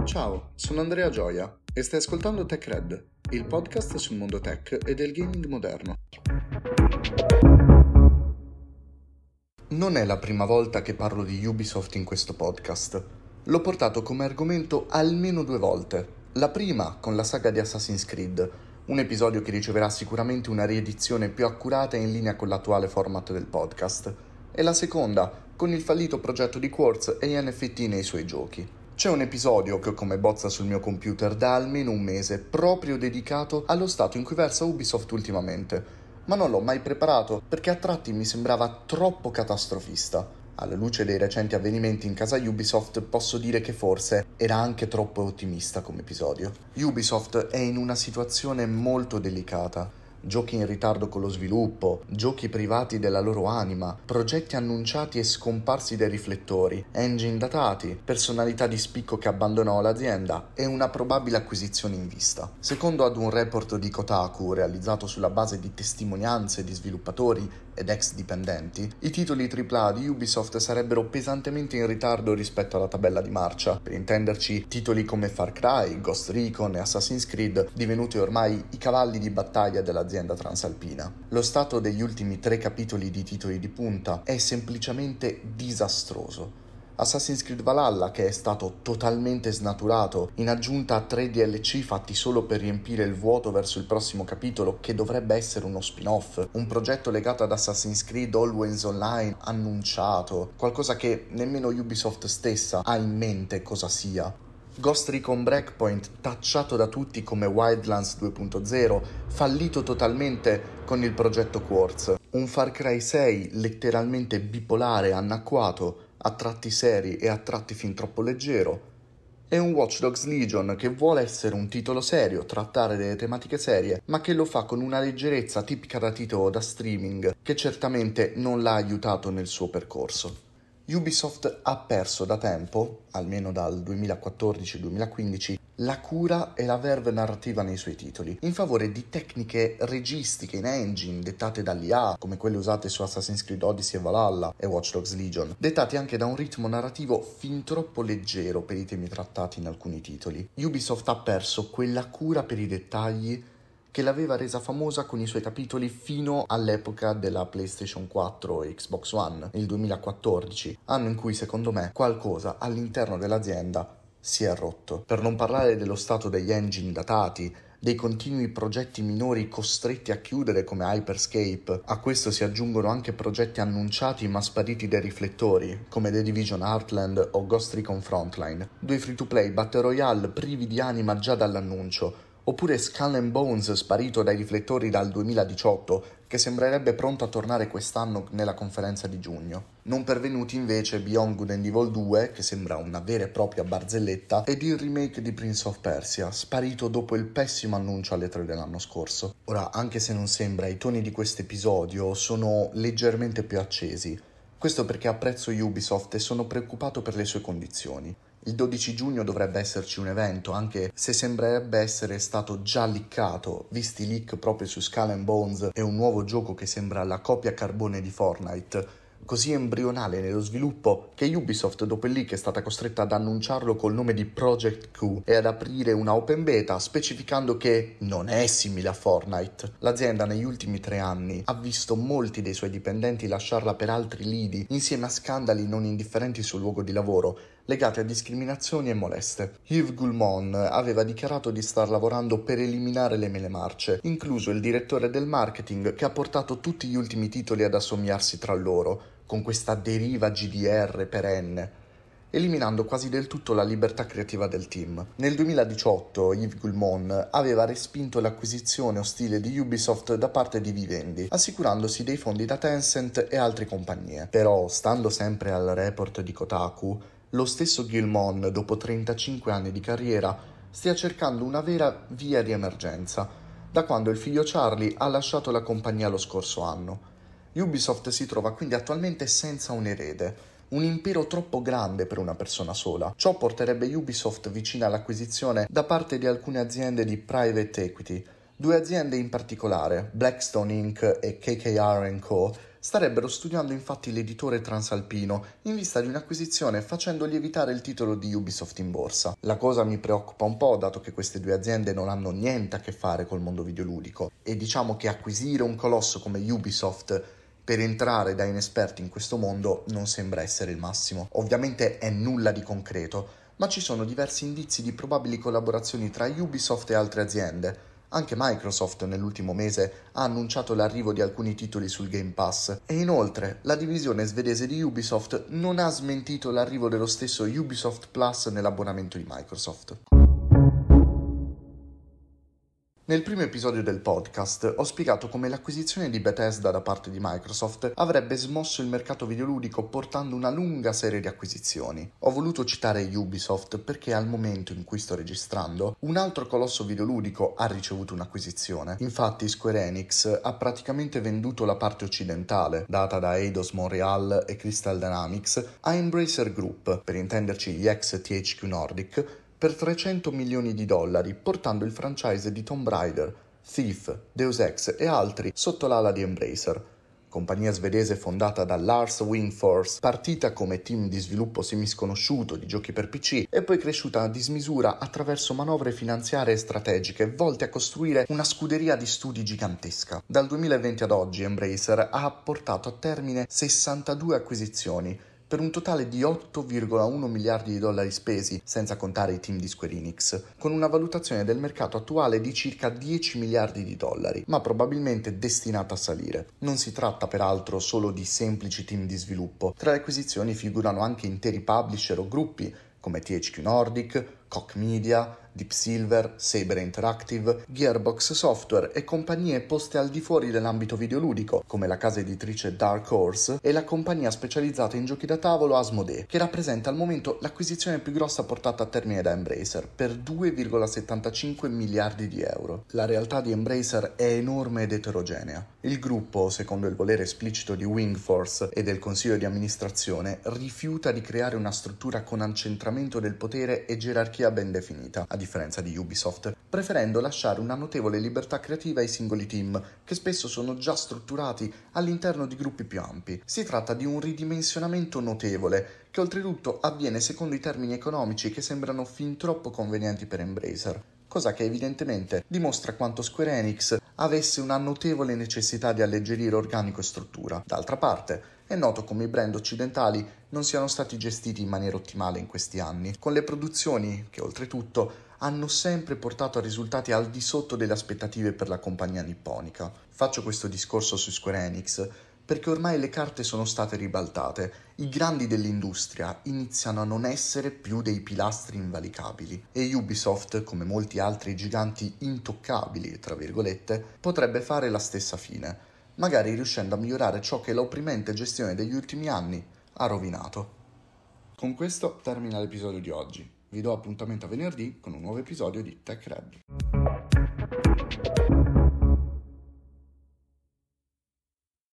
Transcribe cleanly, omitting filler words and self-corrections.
Ciao, sono Andrea Gioia e stai ascoltando TechRed, il podcast sul mondo tech e del gaming moderno. Non è la prima volta che parlo di Ubisoft in questo podcast. L'ho portato come argomento almeno 2 volte. La prima con la saga di Assassin's Creed, un episodio che riceverà sicuramente una riedizione più accurata e in linea con l'attuale format del podcast. E la seconda con il fallito progetto di Quartz e gli NFT nei suoi giochi. C'è un episodio che ho come bozza sul mio computer da almeno un mese, proprio dedicato allo stato in cui versa Ubisoft ultimamente, ma non l'ho mai preparato perché a tratti mi sembrava troppo catastrofista. Alla luce dei recenti avvenimenti in casa Ubisoft posso dire che forse era anche troppo ottimista come episodio. Ubisoft è in una situazione molto delicata. Giochi in ritardo con lo sviluppo, giochi privati della loro anima, progetti annunciati e scomparsi dai riflettori, engine datati, personalità di spicco che abbandonò l'azienda e una probabile acquisizione in vista. Secondo ad un report di Kotaku realizzato sulla base di testimonianze di sviluppatori ed ex dipendenti, i titoli AAA di Ubisoft sarebbero pesantemente in ritardo rispetto alla tabella di marcia. Per intenderci, titoli come Far Cry, Ghost Recon e Assassin's Creed, divenuti ormai i cavalli di battaglia dell'azienda transalpina. Lo stato degli ultimi 3 capitoli di titoli di punta è semplicemente disastroso. Assassin's Creed Valhalla, che è stato totalmente snaturato, in aggiunta a 3 DLC fatti solo per riempire il vuoto verso il prossimo capitolo, che dovrebbe essere uno spin-off, un progetto legato ad Assassin's Creed Always Online annunciato, qualcosa che nemmeno Ubisoft stessa ha in mente cosa sia. Ghost Recon Breakpoint, tacciato da tutti come Wildlands 2.0, fallito totalmente con il progetto Quartz. Un Far Cry 6 letteralmente bipolare, anacquato, a tratti seri e a tratti fin troppo leggero, e un Watch Dogs Legion che vuole essere un titolo serio, trattare delle tematiche serie, ma che lo fa con una leggerezza tipica da titolo da streaming che certamente non l'ha aiutato nel suo percorso. Ubisoft ha perso da tempo, almeno dal 2014-2015, la cura e la verve narrativa nei suoi titoli, in favore di tecniche registiche in engine dettate dall'IA, come quelle usate su Assassin's Creed Odyssey e Valhalla e Watch Dogs Legion, dettate anche da un ritmo narrativo fin troppo leggero per i temi trattati in alcuni titoli. Ubisoft ha perso quella cura per i dettagli che l'aveva resa famosa con i suoi capitoli fino all'epoca della PlayStation 4 e Xbox One, il 2014, anno in cui secondo me qualcosa all'interno dell'azienda si è rotto. Per non parlare dello stato degli engine datati, dei continui progetti minori costretti a chiudere come Hyperscape. A questo si aggiungono anche progetti annunciati ma spariti dai riflettori, come The Division Heartland o Ghost Recon Frontline. 2 free-to-play Battle Royale privi di anima già dall'annuncio, oppure Skull and Bones sparito dai riflettori dal 2018, che sembrerebbe pronto a tornare quest'anno nella conferenza di giugno. Non pervenuti invece Beyond Good and Evil 2, che sembra una vera e propria barzelletta, ed il remake di Prince of Persia, sparito dopo il pessimo annuncio alle 3 dell'anno scorso. Ora, anche se non sembra, i toni di questo episodio sono leggermente più accesi. Questo perché apprezzo Ubisoft e sono preoccupato per le sue condizioni. Il 12 giugno dovrebbe esserci un evento, anche se sembrerebbe essere stato già leakato, visti i leak proprio su Skull and Bones e un nuovo gioco che sembra la copia carbone di Fortnite, così embrionale nello sviluppo che Ubisoft dopo il leak è stata costretta ad annunciarlo col nome di Project Q e ad aprire una open beta specificando che non è simile a Fortnite. L'azienda negli ultimi 3 anni ha visto molti dei suoi dipendenti lasciarla per altri lidi insieme a scandali non indifferenti sul luogo di lavoro legati a discriminazioni e moleste. Yves Guillemot aveva dichiarato di star lavorando per eliminare le mele marce, incluso il direttore del marketing che ha portato tutti gli ultimi titoli ad assomigliarsi tra loro, con questa deriva GDR perenne, eliminando quasi del tutto la libertà creativa del team. Nel 2018 Yves Guillemot aveva respinto l'acquisizione ostile di Ubisoft da parte di Vivendi, assicurandosi dei fondi da Tencent e altre compagnie. Però, stando sempre al report di Kotaku, lo stesso Guillemot, dopo 35 anni di carriera, stia cercando una vera via di emergenza, da quando il figlio Charlie ha lasciato la compagnia lo scorso anno. Ubisoft si trova quindi attualmente senza un erede, un impero troppo grande per una persona sola. Ciò porterebbe Ubisoft vicina all'acquisizione da parte di alcune aziende di private equity, Due aziende in particolare, Blackstone Inc. e KKR Co., starebbero studiando infatti l'editore transalpino in vista di un'acquisizione facendo lievitare il titolo di Ubisoft in borsa. La cosa mi preoccupa un po', dato che queste due aziende non hanno niente a che fare col mondo videoludico e diciamo che acquisire un colosso come Ubisoft per entrare da inesperti in questo mondo non sembra essere il massimo. Ovviamente è nulla di concreto, ma ci sono diversi indizi di probabili collaborazioni tra Ubisoft e altre aziende. Anche Microsoft nell'ultimo mese ha annunciato l'arrivo di alcuni titoli sul Game Pass e inoltre la divisione svedese di Ubisoft non ha smentito l'arrivo dello stesso Ubisoft Plus nell'abbonamento di Microsoft. Nel primo episodio del podcast ho spiegato come l'acquisizione di Bethesda da parte di Microsoft avrebbe smosso il mercato videoludico portando una lunga serie di acquisizioni. Ho voluto citare Ubisoft perché al momento in cui sto registrando un altro colosso videoludico ha ricevuto un'acquisizione. Infatti Square Enix ha praticamente venduto la parte occidentale, data da Eidos Montreal e Crystal Dynamics, a Embracer Group, per intenderci gli ex THQ Nordic, per $300 milioni, portando il franchise di Tomb Raider, Thief, Deus Ex e altri sotto l'ala di Embracer, compagnia svedese fondata da Lars Wingfors, partita come team di sviluppo semisconosciuto di giochi per PC e poi cresciuta a dismisura attraverso manovre finanziarie e strategiche volte a costruire una scuderia di studi gigantesca. Dal 2020 ad oggi Embracer ha portato a termine 62 acquisizioni, per un totale di $8,1 miliardi spesi, senza contare i team di Square Enix, con una valutazione del mercato attuale di circa $10 miliardi, ma probabilmente destinata a salire. Non si tratta peraltro solo di semplici team di sviluppo, tra le acquisizioni figurano anche interi publisher o gruppi come THQ Nordic, Koch Media, Deep Silver, Saber Interactive, Gearbox Software e compagnie poste al di fuori dell'ambito videoludico, come la casa editrice Dark Horse e la compagnia specializzata in giochi da tavolo Asmodee, che rappresenta al momento l'acquisizione più grossa portata a termine da Embracer, per €2,75 miliardi. La realtà di Embracer è enorme ed eterogenea. Il gruppo, secondo il volere esplicito di Wingforce e del consiglio di amministrazione, rifiuta di creare una struttura con accentramento del potere e gerarchia ben definita, a differenza di Ubisoft, preferendo lasciare una notevole libertà creativa ai singoli team, che spesso sono già strutturati all'interno di gruppi più ampi. Si tratta di un ridimensionamento notevole, che oltretutto avviene secondo i termini economici che sembrano fin troppo convenienti per Embracer, cosa che evidentemente dimostra quanto Square Enix avesse una notevole necessità di alleggerire organico e struttura. D'altra parte, è noto come i brand occidentali non siano stati gestiti in maniera ottimale in questi anni, con le produzioni che oltretutto hanno sempre portato a risultati al di sotto delle aspettative per la compagnia nipponica. Faccio questo discorso su Square Enix perché ormai le carte sono state ribaltate, i grandi dell'industria iniziano a non essere più dei pilastri invalicabili e Ubisoft, come molti altri giganti intoccabili, tra virgolette, potrebbe fare la stessa fine, magari riuscendo a migliorare ciò che l'opprimente gestione degli ultimi anni ha rovinato. Con questo termina l'episodio di oggi. Vi do appuntamento a venerdì con un nuovo episodio di Tech Red.